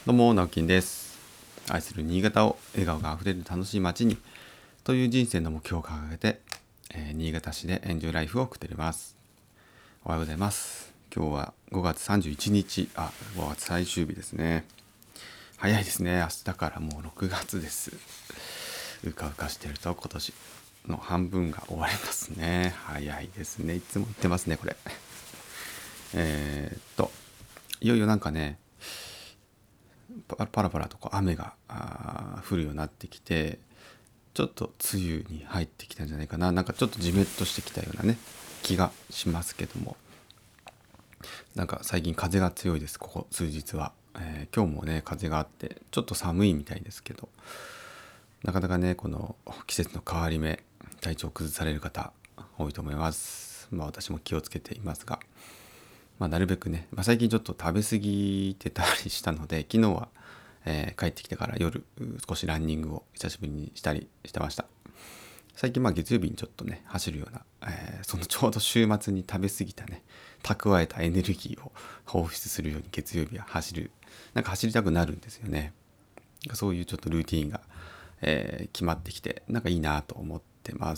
どうも、直樹です。愛する新潟を笑顔があふれる楽しい街にという人生の目標を掲げて、新潟市でエンジョイライフを送っております。おはようございます。今日は5月31日、5月最終日ですね。早いですね。明日からもう6月です。うかうかしてると今年の半分が終わりますね。早いですね。いつも言ってますね、これ。いよいよなんかね、パラパラと雨が降るようになってきて、ちょっと梅雨に入ってきたんじゃないかな。なんかちょっとジメッとしてきたようなね気がしますけども、なんか最近風が強いです、ここ数日は。今日もね風があってちょっと寒いみたいですけど、なかなかねこの季節の変わり目、体調を崩される方多いと思います。私も気をつけていますが、なるべくね、最近ちょっと食べ過ぎてたりしたので、昨日は、帰ってきてから夜少しランニングを久しぶりにしたりしてました。最近月曜日にちょっとね走るような、そのちょうど週末に食べ過ぎたね蓄えたエネルギーを放出するように月曜日はなんか走りたくなるんですよね。そういうちょっとルーティーンが、決まってきて、なんかいいなと思ってます。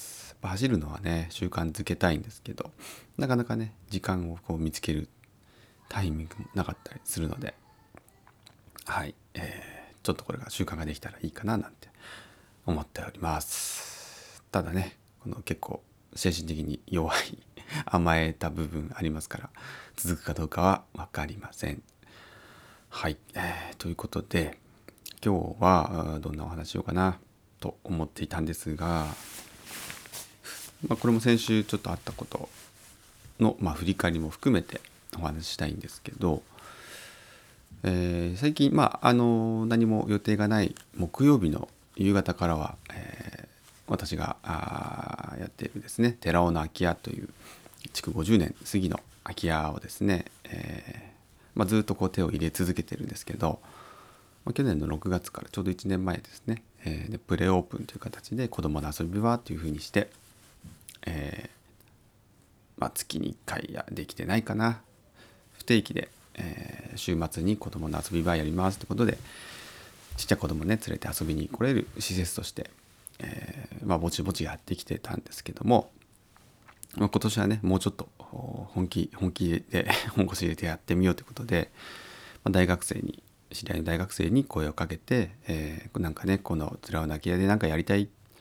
走るのはね習慣づけたいんですけど、なかなかね時間をこう見つけるタイミングもなかったりするので、はい、ちょっとこれが習慣ができたらいいかななんて思っております。ただねこの結構精神的に弱い甘えた部分ありますから、続くかどうかは分かりません。はい、ということで今日はどんなお話しようかなと思っていたんですが、これも先週ちょっとあったことの、振り返りも含めてお話ししたいんですけど、最近、何も予定がない木曜日の夕方からは、私がやっているですね寺尾の空き家という築50年過ぎの空き家をですね、ずっとこう手を入れ続けてるんですけど、去年の6月からちょうど1年前ですね、でプレオープンという形で子どもの遊び場というふうにして、月に1回やできてないかな、不定期で、週末に子どもの遊び場やりますということで、ちっちゃい子どもね連れて遊びに来れる施設として、ぼちぼちやってきてたんですけども、今年はねもうちょっと本気で本腰入れてやってみようということで、知り合いの大学生に声をかけて、なんかねこの寺尾の空き家でなんかやりたい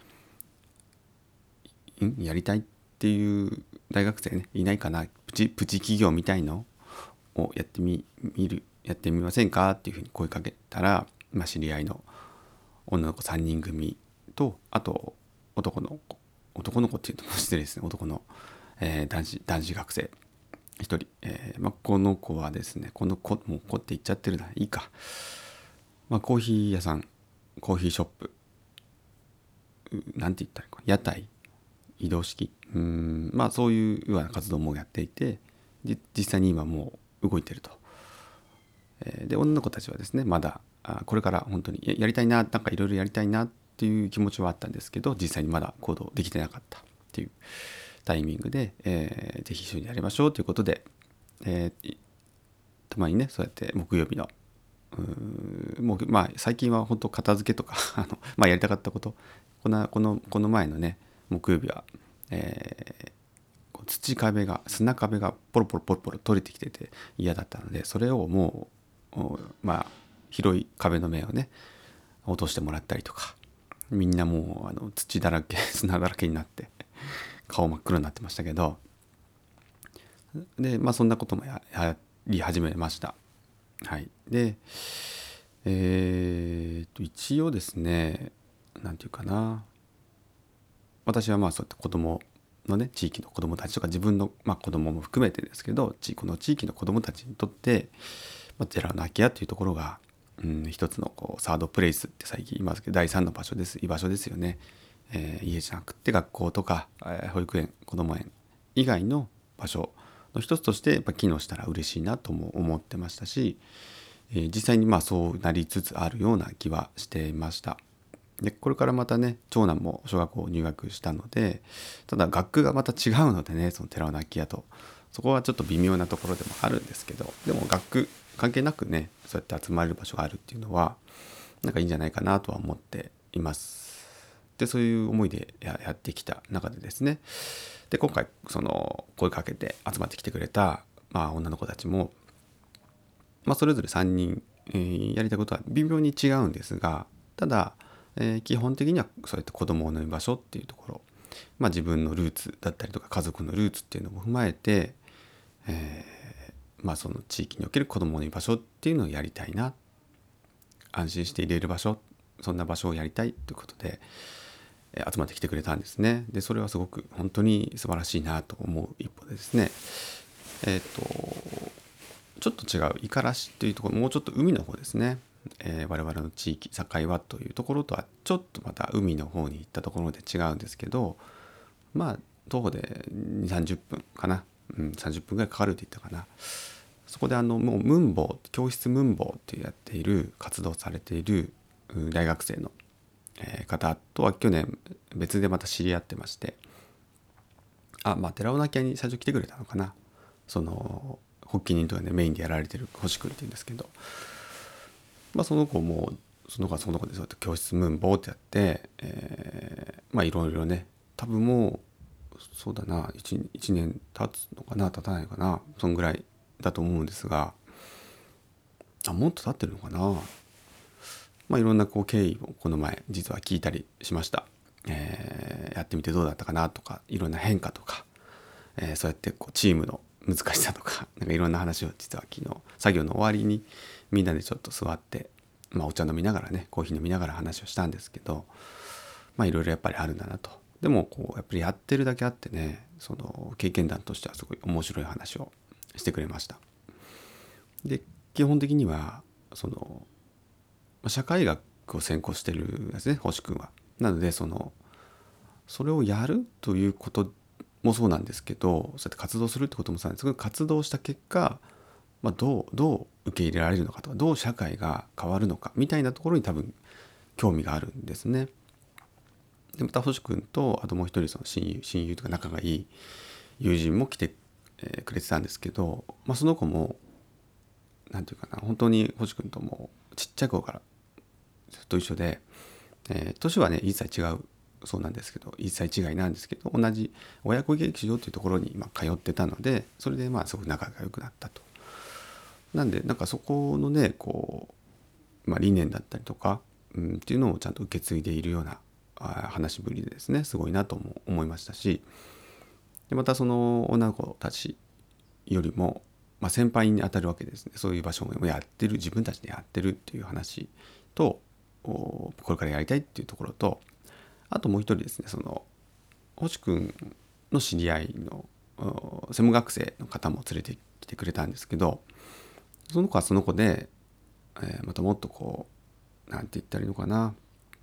っていう大学生ねいないかな、プチ企業みたいのをやってみませんかっていうふうに声かけたら、知り合いの女の子3人組と、あと男の子っていうと失礼ですね、男の、男子学生1人、この子はですね、もう子って言っちゃってるな、いいか、コーヒー屋さん、コーヒーショップ、なんて言ったらいいか、屋台、移動式、そういうような活動もやっていて、実際に今もう動いてると。で女の子たちはですねまだこれから本当にやりたいな、なんかいろいろやりたいなっていう気持ちはあったんですけど、実際にまだ行動できてなかったっていうタイミングで、ぜひ一緒にやりましょうということで、たまにねそうやって木曜日の最近は本当片付けとかやりたかったこと、この前のね木曜日は、砂壁がポロポロ取れてきてて嫌だったので、それをもう広い壁の面をね落としてもらったりとか、みんなもう土だらけ砂だらけになって顔真っ黒になってましたけど、でそんなこともやり始めました。はい。で一応ですね、なんていうかな、私はそうやって子供のね地域の子供たちとか自分の子供も含めてですけど、この地域の子供たちにとって、寺の空き家というところが、一つのサードプレイスって最近言いますけど、第三の場所です、居場所ですよね。家じゃなくて学校とか、保育園、子ども園以外の場所の一つとして機能したら嬉しいなとも思ってましたし、実際にそうなりつつあるような気はしていました。でこれからまたね長男も小学校入学したので、ただ学区がまた違うのでね、その寺尾の空き家とそこはちょっと微妙なところでもあるんですけど、でも学区関係なくねそうやって集まれる場所があるっていうのはなんかいいんじゃないかなとは思っています。でそういう思いでやってきた中でですね、で今回その声かけて集まってきてくれた、女の子たちも、それぞれ3人、やりたいことは微妙に違うんですが、ただ、基本的にはそうやって子供の居場所っていうところ、自分のルーツだったりとか家族のルーツっていうのも踏まえて、その地域における子供の居場所っていうのをやりたいな、安心して入れる場所、そんな場所をやりたいということで、集まってきてくれたんですね。でそれはすごく本当に素晴らしいなと思う一歩でですね、ちょっと違う五十嵐というところ、もうちょっと海の方ですね、我々の地域境はというところとはちょっとまた海の方に行ったところで違うんですけど、徒歩で2 30分かな、30分ぐらいかかるって言ったかな。そこでもうムンボー教室ムンボーってやっている活動されている大学生の方とは去年別でまた知り合ってまして、寺尾泣き屋に最初来てくれたのかな。その発起人とかねメインでやられてる星くんって言うんですけど、その子もその子はその子でそうやって教室ムンボーってやって、いろいろね、多分もうそうだな 1年経つのかな経たないかな、そんぐらいだと思うんですが、もっと経ってるのかな。いろんな経緯をこの前実は聞いたりしました。やってみてどうだったかなとか、いろんな変化とか、そうやってチームの難しさとか、なんかいろんな話を実は昨日作業の終わりにみんなでちょっと座って、お茶飲みながらね、コーヒー飲みながら話をしたんですけど、いろいろやっぱりあるんだなと。でもやっぱりやってるだけあってね、その経験談としてはすごい面白い話をしてくれました。で基本的にはその社会学を専攻してるんですね、星くんは。なのでそれをやるということもそうなんですけど、そうやって活動するってこともそうなんですけど、活動した結果、どう受け入れられるのかとか、どう社会が変わるのかみたいなところに多分興味があるんですね。でまた星くんとあともう一人その親友とか仲がいい友人も来てくれてたんですけど、その子もなんていうかな、本当に星くんともちっちゃい頃からずっと一緒で、年はね1歳違うそうなんですけど、1歳違いなんですけど、同じ親子劇場というところに通ってたので、それですごく仲が良くなったと。なんでなんかそこのね理念だったりとか、っていうのをちゃんと受け継いでいるような話ぶりでですね、すごいなとも思いましたし、でまたその女の子たちよりも、先輩にあたるわけですね。そういう場所もやってる、自分たちでやってるっていう話と、これからやりたいっていうところと、あともう一人ですね、その星くんの知り合いの専門学生の方も連れてきてくれたんですけど、その子はその子で、またもっとなんて言ったらいいのかな、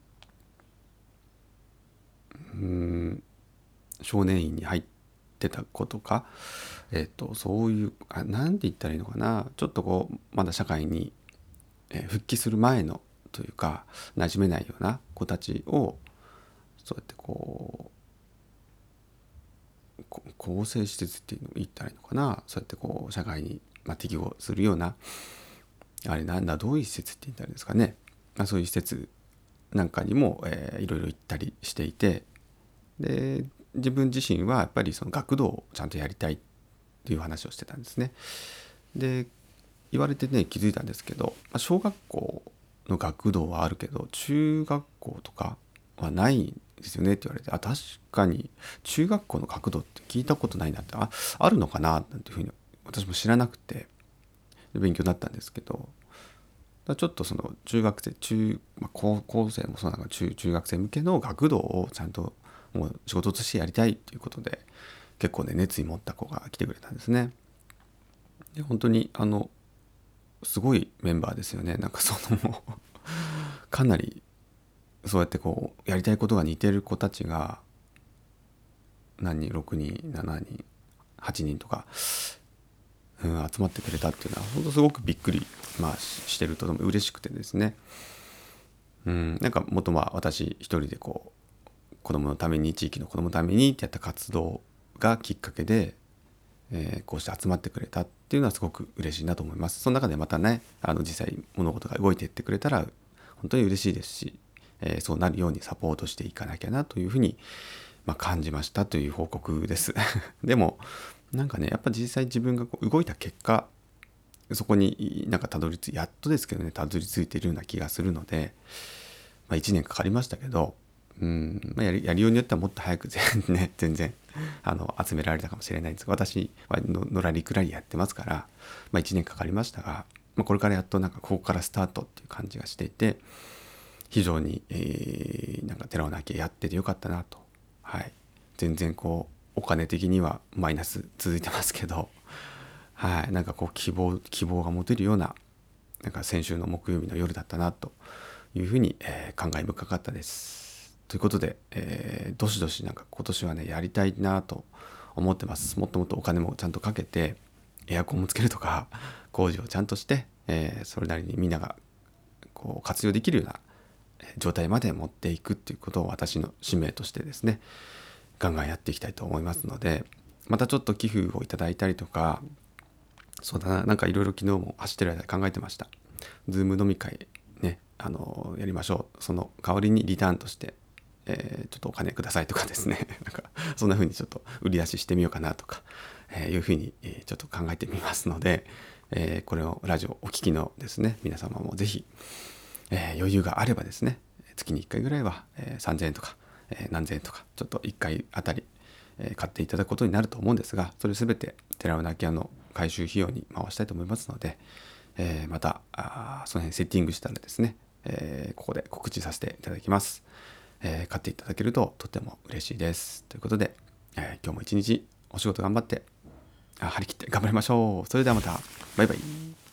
少年院に入ってた子とか、そういうなんて言ったらいいのかな、ちょっとまだ社会に、復帰する前のというか馴染めないような子たちをそうやって更生施設っていうのを言ったらいいのかな、そうやって社会に、適合するような、あれなんだ、どういう施設って言ったらいいんですかね、そういう施設なんかにも、いろいろ行ったりしていて、で自分自身はやっぱりその学童をちゃんとやりたいっていう話をしてたんですね。で言われてね気づいたんですけど、小学校の学童はあるけど中学校とかはないんですよねって言われて、確かに中学校の学童って聞いたことないなって、あるのかななんていうふうに私も知らなくて勉強になったんですけど、ちょっとその中学生高校生もそうなのが中学生向けの学童をちゃんともう仕事としてやりたいっていうことで結構ね熱意持った子が来てくれたんですね。で本当にすごいメンバーですよね。なんかかなりそうやってやりたいことが似てる子たちが何人6人7人8人とか、集まってくれたっていうのは本当すごくびっくり、してるとても嬉しくてですね、なんかもっと私一人で子供のために地域の子供のためにってやった活動がきっかけで、 こうして集まってくれたっていうのはすごく嬉しいなと思います。その中でまたね実際物事が動いていってくれたら本当に嬉しいですし、そうなるようにサポートしていかなきゃなというふうに、感じましたという報告ですでもなんかねやっぱ実際自分がこう動いた結果そこになんかやっとですけどねたどり着いているような気がするので、1年かかりましたけど、やりようによってはもっと早く全然集められたかもしれないんですが、私はのらりくらりやってますから、1年かかりましたが、これからやっとなんかここからスタートっていう感じがしていて、非常に、なんか寺尾なきやっててよかったなと。はい、全然こうお金的にはマイナス続いてますけど、はい、なんかこう希望が持てるようななんか先週の木曜日の夜だったなというふうに、感慨深かったです。ということで、どしどしなんか今年はねやりたいなと思ってます。もっともっとお金もちゃんとかけてエアコンもつけるとか工事をちゃんとして、それなりにみんながこう活用できるような状態まで持っていくっていうことを私の使命としてですねガンガンやっていきたいと思いますので、またちょっと寄付をいただいたりとか、そうだな、なんかいろいろ昨日も走ってる間に考えてました。ズーム飲み会ねやりましょう。その代わりにリターンとして、ちょっとお金くださいとかですねなんかそんな風にちょっと売り出ししてみようかなとか、いう風に、ちょっと考えてみますので、これをラジオお聞きのですね皆様もぜひ、余裕があればですね月に1回ぐらいは、3000円とか、何千円とかちょっと1回あたり、買っていただくことになると思うんですが、それ全て寺尾泣き屋の回収費用に回したいと思いますので、またその辺セッティングしたらですね、ここで告知させていただきます。買っていただけるととても嬉しいです。ということで、今日も一日お仕事頑張って張り切って頑張りましょう。それではまたバイバイ。